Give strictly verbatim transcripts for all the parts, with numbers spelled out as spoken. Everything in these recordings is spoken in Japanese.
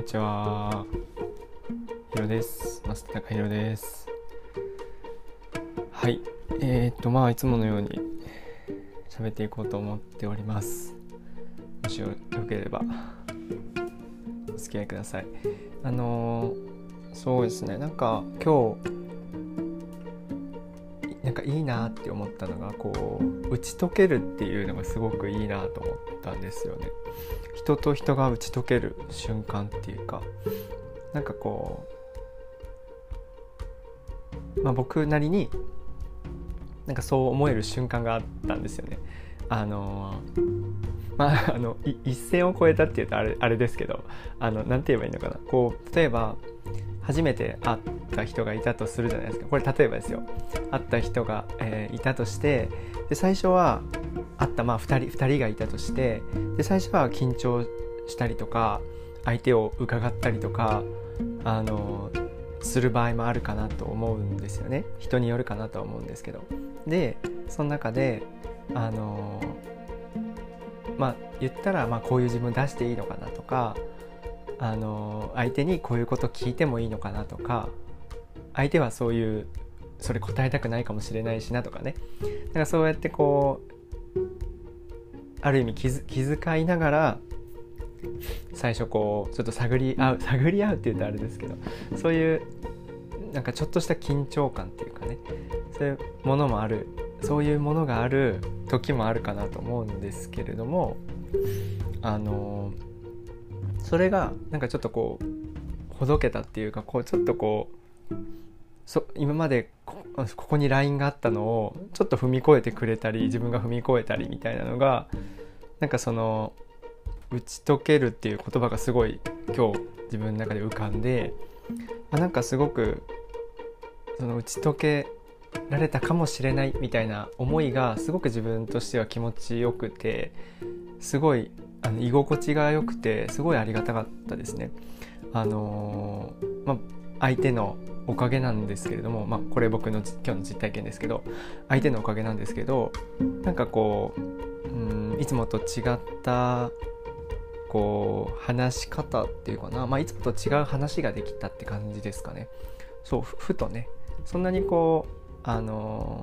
ちは。ひろです。増田貴弘です。はい。えー、っとまあいつものように喋っていこうと思っております。もしよければお付き合いください。あのー、そうですね。なんか今日なんかいいなって思ったのがこう打ち解けるっていうのがすごくいいなと思ったんですよね。人と人が打ち解ける瞬間っていうか、なんかこう、まあ、僕なりになんかそう思える瞬間があったんですよね。あのまああの一線を越えたっていうとあれあれですけど、あのなんて言えばいいのかな。こう例えば初めて会った人がいたとするじゃないですか。これ例えばですよ。会った人が、えー、いたとして、で最初は会ったまあふたりふたりがいたとして、で最初は緊張したりとか相手を伺ったりとかあのする場合もあるかなと思うんですよね。人によるかなとは思うんですけど、でその中であのまあ言ったらまあこういう自分出していいのかなとか、あの相手にこういうこと聞いてもいいのかなとか、相手はそういうそれ答えたくないかもしれないしなとかね。だからそうやってこうある意味気づ気遣いながら最初こうちょっと探り合う探り合うって言うとあれですけど、そういうなんかちょっとした緊張感っていうかね、そういうものもある、そういうものがある時もあるかなと思うんですけれども、あのそれがなんかちょっとこうほどけたっていうか、こうちょっとこうそ今まで こ, ここにラインがあったのをちょっと踏み越えてくれたり、自分が踏み越えたりみたいなのが、なんかその打ち解けるっていう言葉がすごい今日自分の中で浮かんで、あなんかすごくその打ち解けられたかもしれないみたいな思いがすごく自分としては気持ちよくて、すごいあの居心地が良くて、すごいありがたかったですね。あのー、まあ相手のおかげなんですけれども、まあこれ僕の今日の実体験ですけど、相手のおかげなんですけど、なんかこう、うんいつもと違ったこう話し方っていうかな、まあいつもと違う話ができたって感じですかね。そう ふ, ふとね、そんなにこうあの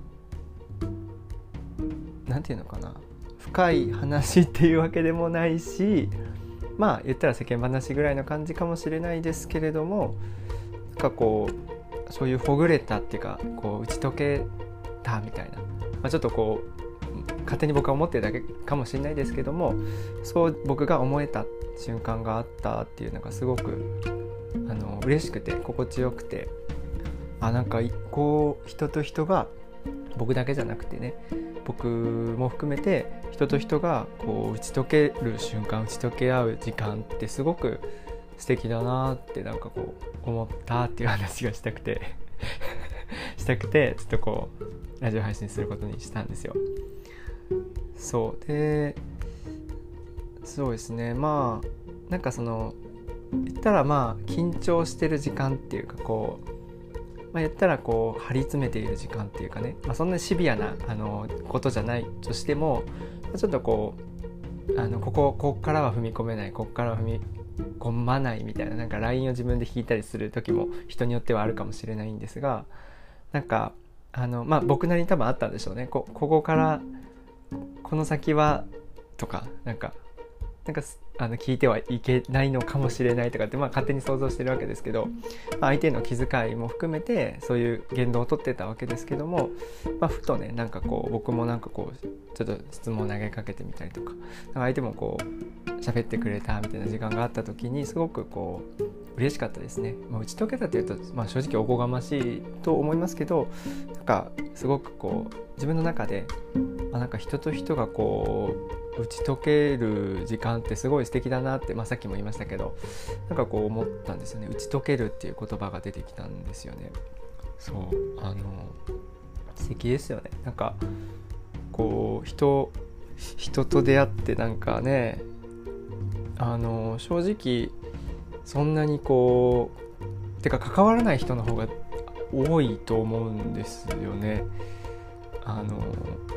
ー、なんていうのかな、深い話っていうわけでもないし、まあ言ったら世間話ぐらいの感じかもしれないですけれども、なんかこうそういうほぐれたっていうか、こう打ち解けたみたいな、まあ、ちょっとこう勝手に僕は思ってるだけかもしれないですけども、そう僕が思えた瞬間があったっていうのがすごくあの嬉しくて心地よくて、あなんかこう人と人が、僕だけじゃなくてね、僕も含めて人と人がこう打ち解ける瞬間、打ち解け合う時間ってすごく素敵だなってなんかこう思ったっていう話がしたくてしたくてちょっとこうラジオ配信することにしたんですよ。そうでそうですね、まあなんかその言ったらまあ緊張してる時間っていうか、こうまあ、言ったらこう張り詰めている時間っていうかね、まあ、そんなシビアなあのことじゃないとしても、ちょっとこうあのここここからは踏み込めない、ここからは踏み込まないみたいな、なんかラインを自分で引いたりする時も人によってはあるかもしれないんですが、なんかあのまあ僕なりに多分あったんでしょうね。 こ, ここからこの先はとか、なんかなんかあの聞いてはいけないのかもしれないとかって、まあ、勝手に想像してるわけですけど、まあ、相手の気遣いも含めてそういう言動をとってたわけですけども、まあ、ふとね、なんかこう僕もなんかこうちょっと質問を投げかけてみたりとか、なんか相手もこう喋ってくれたみたいな時間があった時にすごくこう嬉しかったですね。まあ、打ち解けたというと、まあ、正直おこがましいと思いますけど、なんかすごくこう自分の中で、あ、なんか人と人がこう打ち解ける時間ってすごい素敵だなって、まあ、さっきも言いましたけど、なんかこう思ったんですよね。打ち解けるっていう言葉が出てきたんですよね。そうあの素敵ですよね。なんかこう人人と出会ってなんかね、あの正直そんなにこうてか関わらない人の方が多いと思うんですよね。あの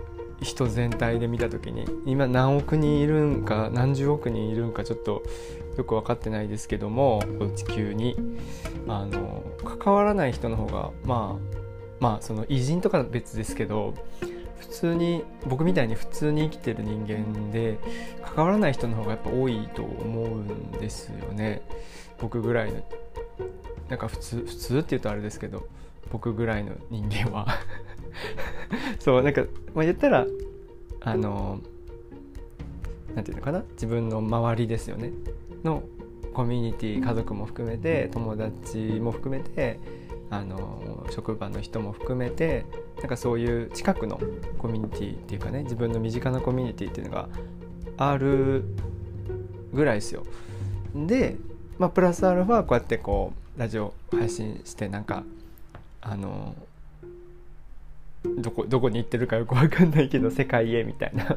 人全体で見た時に今何億人いるんか何十億人いるんかちょっとよく分かってないですけども、地球にあの関わらない人の方がまあまあその偉人とかは別ですけど、普通に僕みたいに普通に生きてる人間で関わらない人の方がやっぱ多いと思うんですよね。僕ぐらいのなんか普通普通って言うとあれですけど、僕ぐらいの人間はそうなんか、まあ、言ったらあのなんていうのかな、自分の周りですよねのコミュニティ、家族も含めて友達も含めてあの職場の人も含めて、なんかそういう近くのコミュニティっていうかね、自分の身近なコミュニティっていうのがあるぐらいですよ。で、まあ、プラスアルファこうやってこうラジオ配信してなんかあのどこどこに行ってるかよく分かんないけど世界へみたいな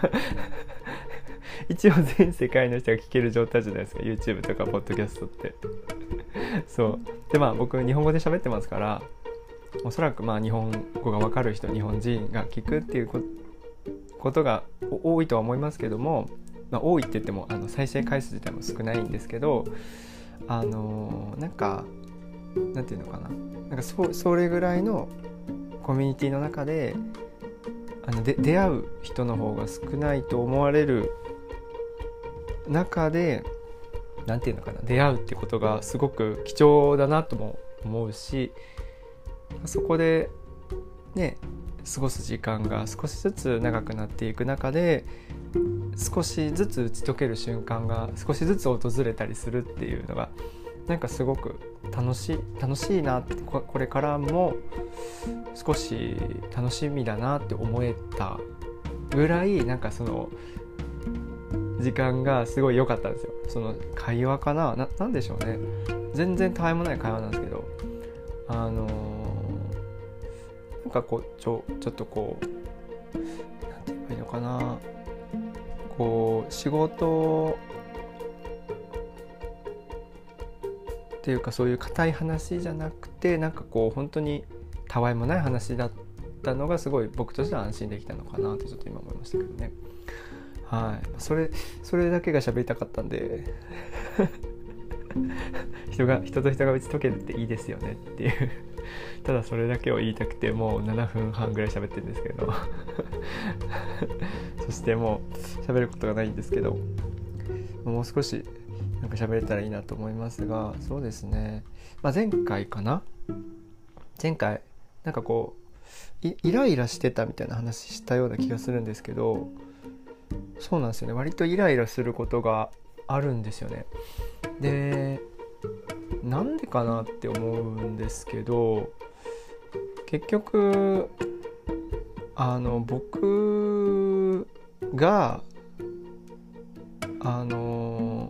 一応全世界の人が聞ける状態じゃないですか YouTube とかポッドキャストってそうで、まあ僕日本語で喋ってますから、おそらくまあ日本語が分かる人、日本人が聞くっていうことが多いとは思いますけども、まあ、多いって言ってもあの再生回数自体も少ないんですけど、あのー、なんかなんていうのかな、なんか そ, それぐらいのコミュニティの中であので出会う人の方が少ないと思われる中で、なんていうのかな、出会うってことがすごく貴重だなとも思うし、そこでね過ごす時間が少しずつ長くなっていく中で、少しずつ打ち解ける瞬間が少しずつ訪れたりするっていうのがなんかすごく楽しい楽しいなって、これからも少し楽しみだなって思えたぐらい、なんかその時間がすごい良かったんですよ。その会話かな、な、なんでしょうね、全然たわいもない会話なんですけど、あのー、なんかこうちょちょっとこうなんて言えばいいのかな、こう仕事っていうかそういう固い話じゃなくて、なんかこう本当にたわいもない話だったのがすごい僕としては安心できたのかなとちょっと今思いましたけどね。はい、それそれだけが喋りたかったんで人が人と人が打ち解けるっていいですよねっていうただそれだけを言いたくてもうななふんはんぐらい喋ってるんですけどそしてもう喋ることがないんですけど、もう少しなんか喋れたらいいなと思いますが、そうですね、まあ、前回かな前回なんかこう イ, イライラしてたみたいな話したような気がするんですけど、そうなんですよね、割とイライラすることがあるんですよね。で、なんでかなって思うんですけど、結局あの僕があの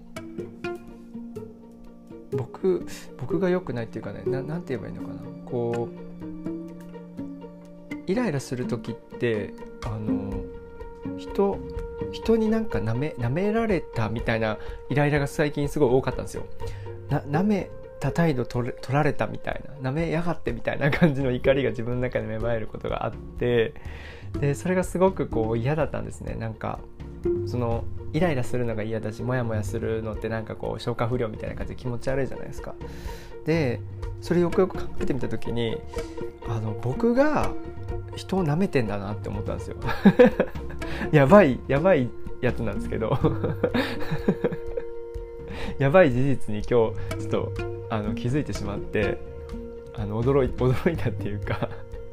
僕僕が良くないっていうかね、な、なんて言えばいいのかな、こうイライラする時ってあの人人になんか舐め舐められたみたいなイライラが最近すごい多かったんですよ。な舐めた態度取れ、取られたみたいな、舐めやがってみたいな感じの怒りが自分の中で芽生えることがあって、でそれがすごくこう嫌だったんですね。なんかそのイライラするのが嫌だし、モヤモヤするのってなんかこう消化不良みたいな感じで気持ち悪いじゃないですか。でそれよくよく考えてみた時に、あの僕が人を舐めてんだなって思ったんですよやばいやばいやつなんですけどやばい事実に今日ちょっとあの気づいてしまって、あの驚い驚いたっていうか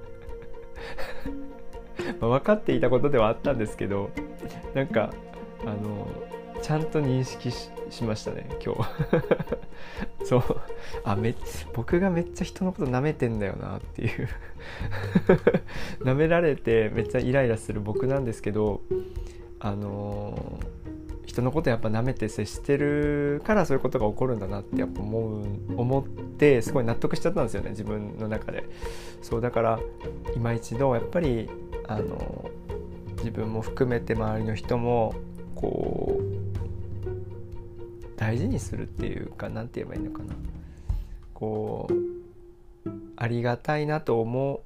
まあ分かっていたことではあったんですけど、なんかあのちゃんと認識 し, しましたね今日そうあめ僕がめっちゃ人のこと舐めてんだよなっていう舐められてめっちゃイライラする僕なんですけど、あの人のことやっぱ舐めて接してるからそういうことが起こるんだなってやっぱ思う思ってすごい納得しちゃったんですよね、自分の中で。そうだから今一度やっぱりあの自分も含めて周りの人もこう大事にするっていうか、なんて言えばいいのかな、こうありがたいなと思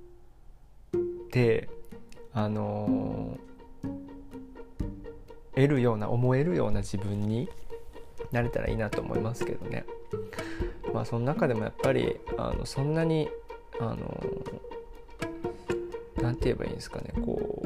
ってあの得るような思えるような自分になれたらいいなと思いますけどね。まあその中でもやっぱりあのそんなにあのなんて言えばいいんですかね、こ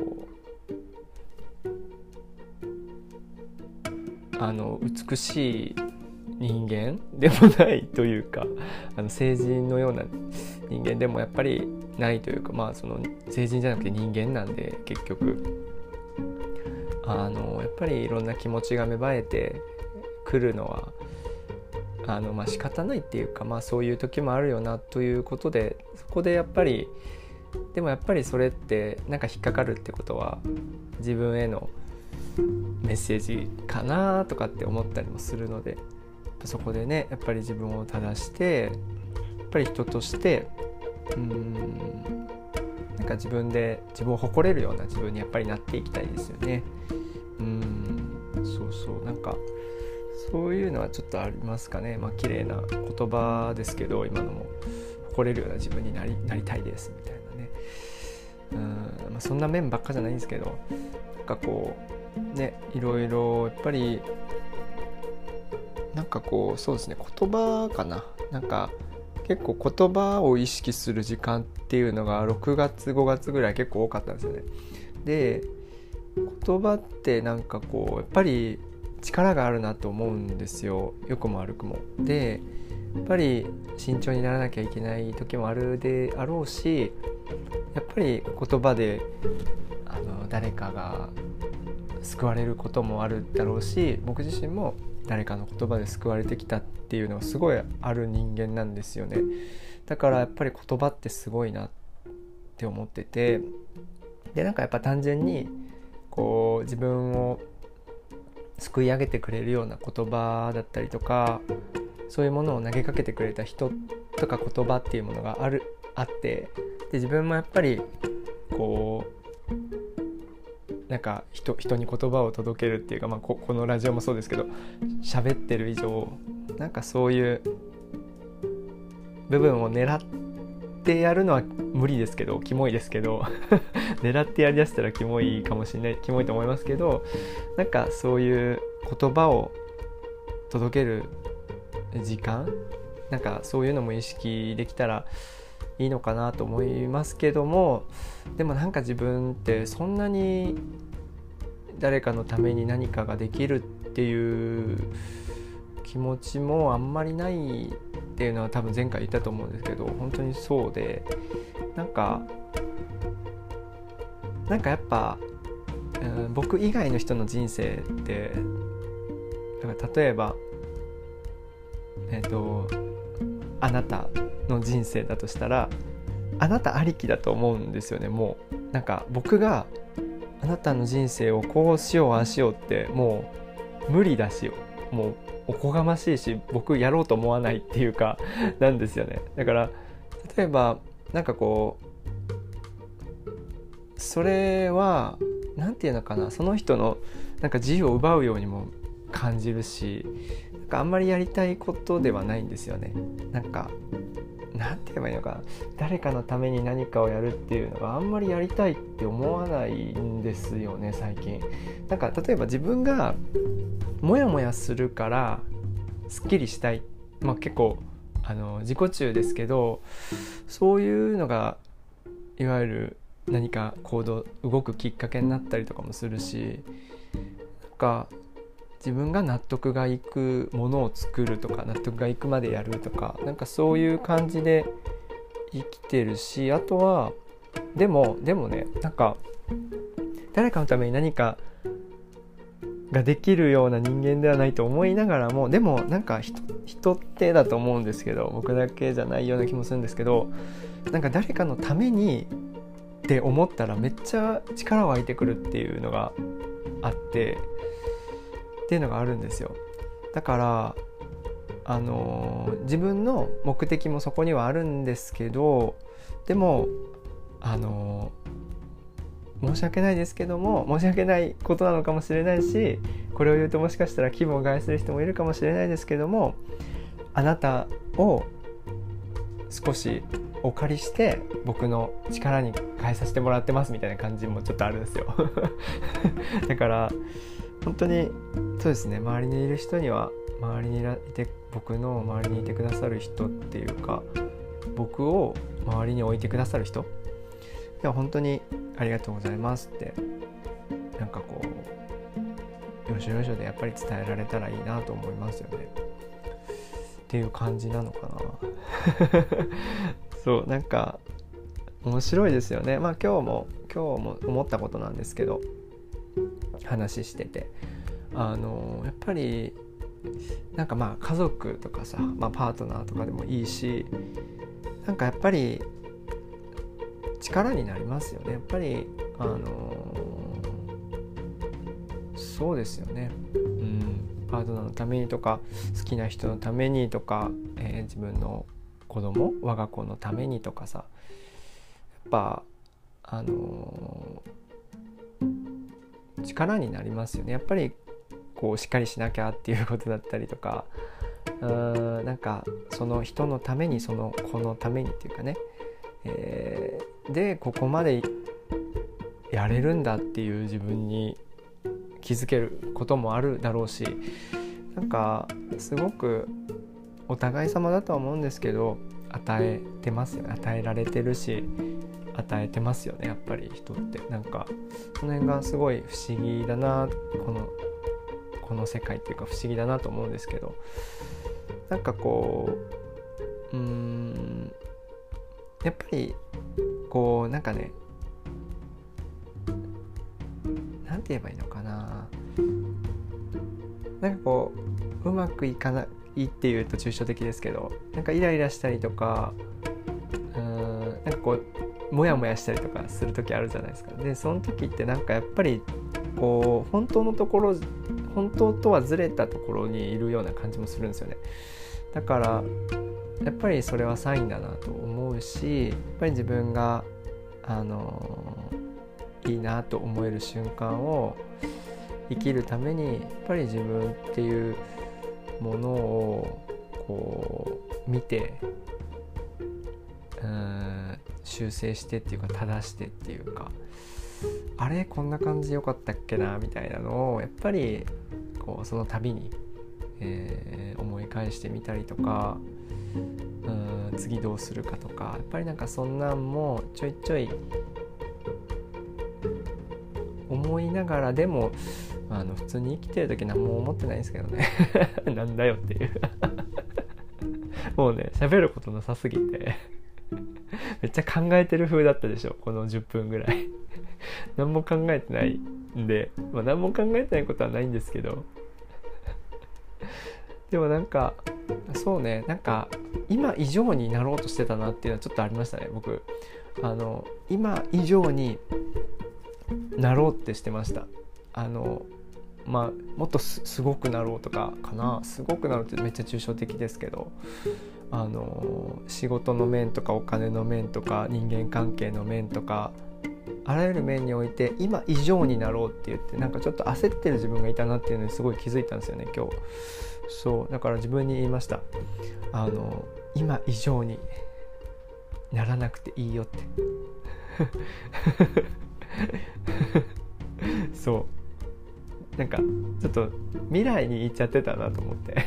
うあの美しい人間でもないというか、あの成人のような人間でもやっぱりないというか、まあその成人じゃなくて人間なんで、結局あのやっぱりいろんな気持ちが芽生えてくるのはあのまあ仕方ないっていうか、まあそういう時もあるよなということで、そこでやっぱりでもやっぱりそれってなんか引っかかるってことは自分へのメッセージかなとかって思ったりもするので、そこでねやっぱり自分を正してやっぱり人としてうーんなんか自分で自分を誇れるような自分にやっぱりなっていきたいですよね。うーんそうそうなんかそういうのはちょっとありますかね。まあ綺麗な言葉ですけど、今のも誇れるような自分になり、なりたいですみたいなね。うーん、まあ、そんな面ばっかじゃないんですけど、なんかこうねいろいろやっぱりなんかこうそうですね、言葉かな、なんか結構言葉を意識する時間っていうのがろくがつごがつぐらい結構多かったんですよね。で言葉ってなんかこうやっぱり力があるなと思うんですよ、良くも悪くも。でやっぱり慎重にならなきゃいけない時もあるであろうし、やっぱり言葉であの誰かが救われることもあるだろうし、僕自身も誰かの言葉で救われてきたっていうのがすごいある人間なんですよね。だからやっぱり言葉ってすごいなって思ってて、でなんかやっぱ単純にこう自分を救い上げてくれるような言葉だったりとか、そういうものを投げかけてくれた人とか言葉っていうものがあるあって、で自分もやっぱりこうなんか 人, 人に言葉を届けるっていうか、まあ、こ, このラジオもそうですけど、喋ってる以上なんかそういう部分を狙ってやるのは無理ですけど、キモいですけど狙ってやりだしたらキモいかもしれない、キモいと思いますけど、なんかそういう言葉を届ける時間、なんかそういうのも意識できたらいいのかなと思いますけども、でもなんか自分ってそんなに誰かのために何かができるっていう気持ちもあんまりないっていうのは多分前回言ったと思うんですけど、本当にそうで、なんかなんかやっぱ、うん、僕以外の人の人生ってだから例えばえっとあなたの人生だとしたらあなたありきだと思うんですよね。もうなんか僕があなたの人生をこうしようああしようってもう無理だし、もうおこがましいし、僕やろうと思わないっていうかなんですよね。だから例えばなんかこうそれはなんていうのかな、その人のなんか自由を奪うようにも感じるし、なんかあんまりやりたいことではないんですよね。なんかなんて言えばいいのかな、誰かのために何かをやるっていうのがあんまりやりたいって思わないんですよね最近。なんか例えば自分がモヤモヤするからすっきりしたい、まあ結構あの自己中ですけど、そういうのがいわゆる何か行動動くきっかけになったりとかもするし、なんか自分が納得がいくものを作るとか、納得がいくまでやるとか、なんかそういう感じで生きてるし、あとはでもでもね、なんか誰かのために何かができるような人間ではないと思いながらも、でもなんか 人, 人ってだと思うんですけど、僕だけじゃないような気もするんですけど、なんか誰かのためにって思ったらめっちゃ力湧いてくるっていうのがあってっていうのがあるんですよ。だからあのー、自分の目的もそこにはあるんですけど、でもあのー、申し訳ないですけども、申し訳ないことなのかもしれないし、これを言うともしかしたら気分を害する人もいるかもしれないですけども、あなたを少しお借りして僕の力に変えさせてもらってますみたいな感じもちょっとあるんですよだから本当にそうですね、周りにいる人には周りにいて僕の周りにいてくださる人っていうか、僕を周りに置いてくださる人、いや本当にありがとうございますって、なんかこう要所要所でやっぱり伝えられたらいいなと思いますよねっていう感じなのかなそうなんか面白いですよね。まあ今日も今日も思ったことなんですけど、話しててあのやっぱりなんかまあ家族とかさ、まあ、パートナーとかでもいいし、なんかやっぱり力になりますよね。やっぱりあのそうですよね、うん、パートナーのためにとか好きな人のためにとか、えー、自分の子供我が子のためにとかさ、やっぱあのー、力になりますよね。やっぱりこうしっかりしなきゃっていうことだったりとか、うーんなんかその人のためにその子のためにっていうかね、えー、でここまでやれるんだっていう自分に気づけることもあるだろうし、なんかすごくお互い様だとは思うんですけど、与えてますよね。与えられてるし与えてますよね。やっぱり人ってなんかその辺がすごい不思議だな、このこの世界っていうか不思議だなと思うんですけど、なんかこううーんやっぱりこうなんかね、なんて言えばいいのかな、なんかこううまくいかないっていうと抽象的ですけど、なんかイライラしたりとか、うーんなんかこうモヤモヤしたりとかする時あるじゃないですか。でその時ってなんかやっぱりこう本当のところ本当とはずれたところにいるような感じもするんですよね。だからやっぱりそれはサインだなと思うし、やっぱり自分があのいいなと思える瞬間を生きるために、やっぱり自分っていうものをこう見て、うーん修正してっていうか正してっていうか、あれこんな感じ良かったっけなみたいなのをやっぱりこうその度に、えー、思い返してみたりとか、うーん次どうするかとか、やっぱりなんかそんなんもちょいちょい思いながら、でもあの普通に生きてる時何も思ってないんですけどねなんだよっていうもうね喋ることなさすぎてめっちゃ考えてる風だったでしょこのじゅっぷんぐらい何も考えてないんで、まあ、何も考えてないことはないんですけどでもなんかそうね、なんか今以上になろうとしてたなっていうのはちょっとありましたね。僕あの今以上になろうってしてました。あのまあもっと す, すごくなろうとかかな、すごくなろうってめっちゃ抽象的ですけど、あの仕事の面とかお金の面とか人間関係の面とかあらゆる面において今以上になろうって言って、なんかちょっと焦ってる自分がいたなっていうのにすごい気づいたんですよね今日。そうだから自分に言いました。あの今以上にならなくていいよってそうなんかちょっと未来に行っちゃってたなと思って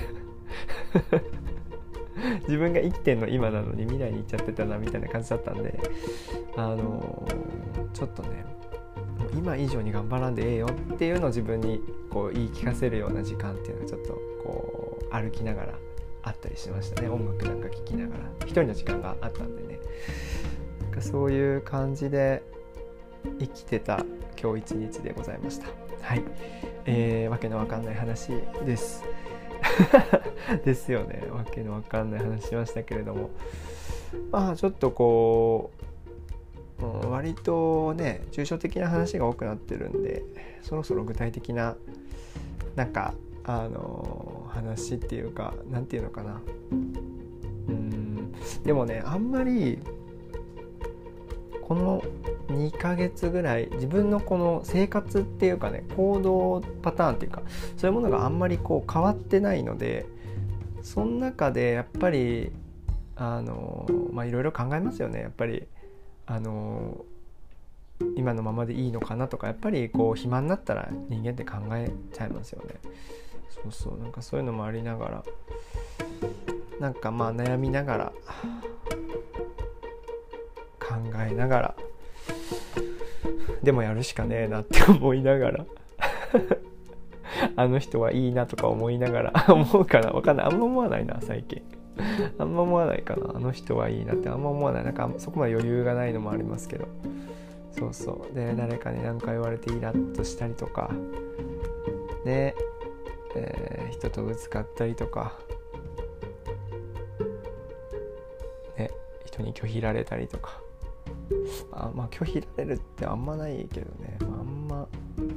自分が生きてんの今なのに未来に行っちゃってたなみたいな感じだったんで、あのー、ちょっとね今以上に頑張らんでええよっていうのを自分にこう言い聞かせるような時間っていうのがちょっとこう歩きながらあったりしましたね。音楽なんか聴きながら一人の時間があったんでね、なんかそういう感じで生きてた今日一日でございました。はい、えー、わけのわかんない話ですですよね。わけのわかんない話しましたけれども、まあちょっとこう、うん、割とね抽象的な話が多くなってるんで、そろそろ具体的ななんかあの話っていうかなんていうのかな、うーんでもねあんまりこのにかげつぐらい自分のこの生活っていうかね行動パターンっていうかそういうものがあんまりこう変わってないので、その中でやっぱりあのまあいろいろ考えますよね。やっぱりあの今のままでいいのかなとか、やっぱりこう暇になったら人間って考えちゃいますよね。そうそう、なんかそういうのもありながら、なんかまあ悩みながら考えながら、でもやるしかねえなって思いながらあの人はいいなとか思いながら思うかな、わかんない、あんま思わないな最近あんま思わないかな、あの人はいいなってあんま思わない、なんかそこまで余裕がないのもありますけど、そうそうで誰かに何か言われてイラッとしたりとかで、えー、人とぶつかったりとかね、人に拒否られたりとか、あまあ拒否られるってあんまないけどね、まあ、あんま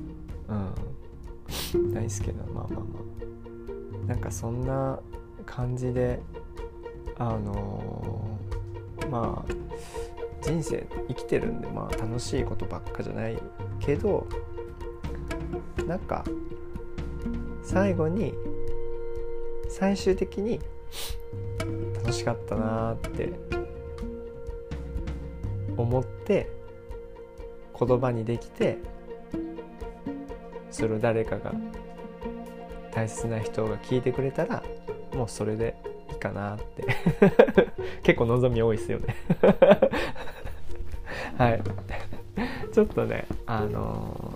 うんないですけど、まあまあまあなんかそんな感じで、あのー、まあ人生生きてるんで、まあ楽しいことばっかじゃないけど、なんか最後に最終的に楽しかったなって思って言葉にできて、それを誰かが大切な人が聞いてくれたらもうそれでいいかなって結構望み多いですよねはいちょっとねあの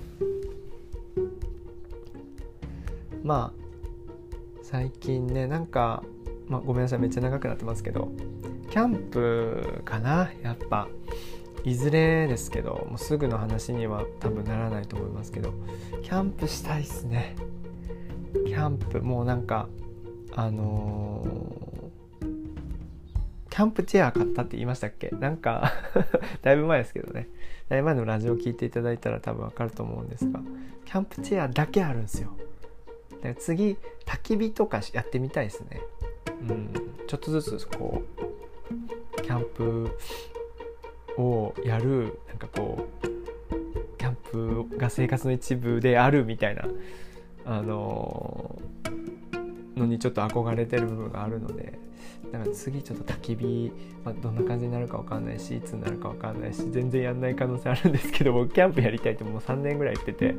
ー、まあ最近ねなんか、まあ、ごめんなさいめっちゃ長くなってますけど、キャンプかな、やっぱいずれですけど、もうすぐの話には多分ならないと思いますけど、キャンプしたいっすね。キャンプもうなんかあのー、キャンプチェア買ったって言いましたっけ、なんかだいぶ前ですけどね、だいぶ前のラジオ聞いていただいたら多分わかると思うんですが、キャンプチェアだけあるんですよ。で次焚き火とかやってみたいですね。うん、ちょっとずつこうキャンプをやる、なんかこうキャンプが生活の一部であるみたいなあのー、のにちょっと憧れてる部分があるので、だから次ちょっと焚き火、まあ、どんな感じになるか分かんないし、いつになるか分かんないし、全然やんない可能性あるんですけど、僕キャンプやりたいってもうさんねんぐらい言ってて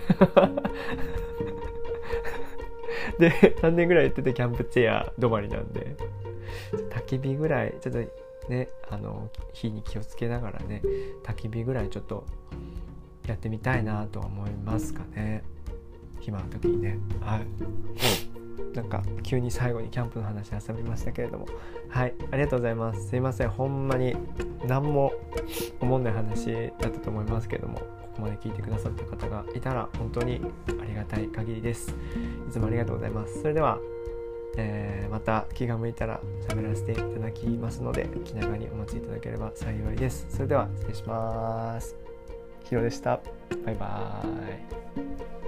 でさんねんぐらい言っててキャンプチェア止まりなんで、焚き火ぐらいちょっとね、あの火に気をつけながらね、焚き火ぐらいちょっとやってみたいなと思いますかね、暇な時にね。はい、なんか急に最後にキャンプの話挟みましたけれども、はいありがとうございます。すいません、ほんまに何も思んない話だったと思いますけれども、ここまで聞いてくださった方がいたら本当にありがたい限りです。いつもありがとうございます。それではえー、また気が向いたら喋らせていただきますので、気長にお待ちいただければ幸いです。それでは失礼します。ヒロでした。バイバーイ。